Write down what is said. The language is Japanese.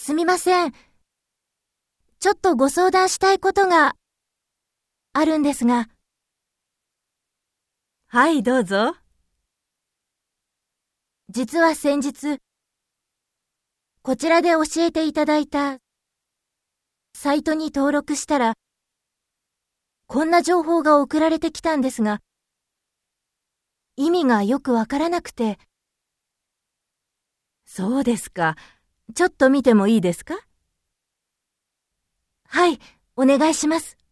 すみません。ちょっとご相談したいことがあるんですが。 はい、どうぞ。 実は先日、こちらで教えていただいたサイトに登録したら、こんな情報が送られてきたんですが、意味がよくわからなくて。 そうですか。ちょっと見てもいいですか？ はい、お願いします。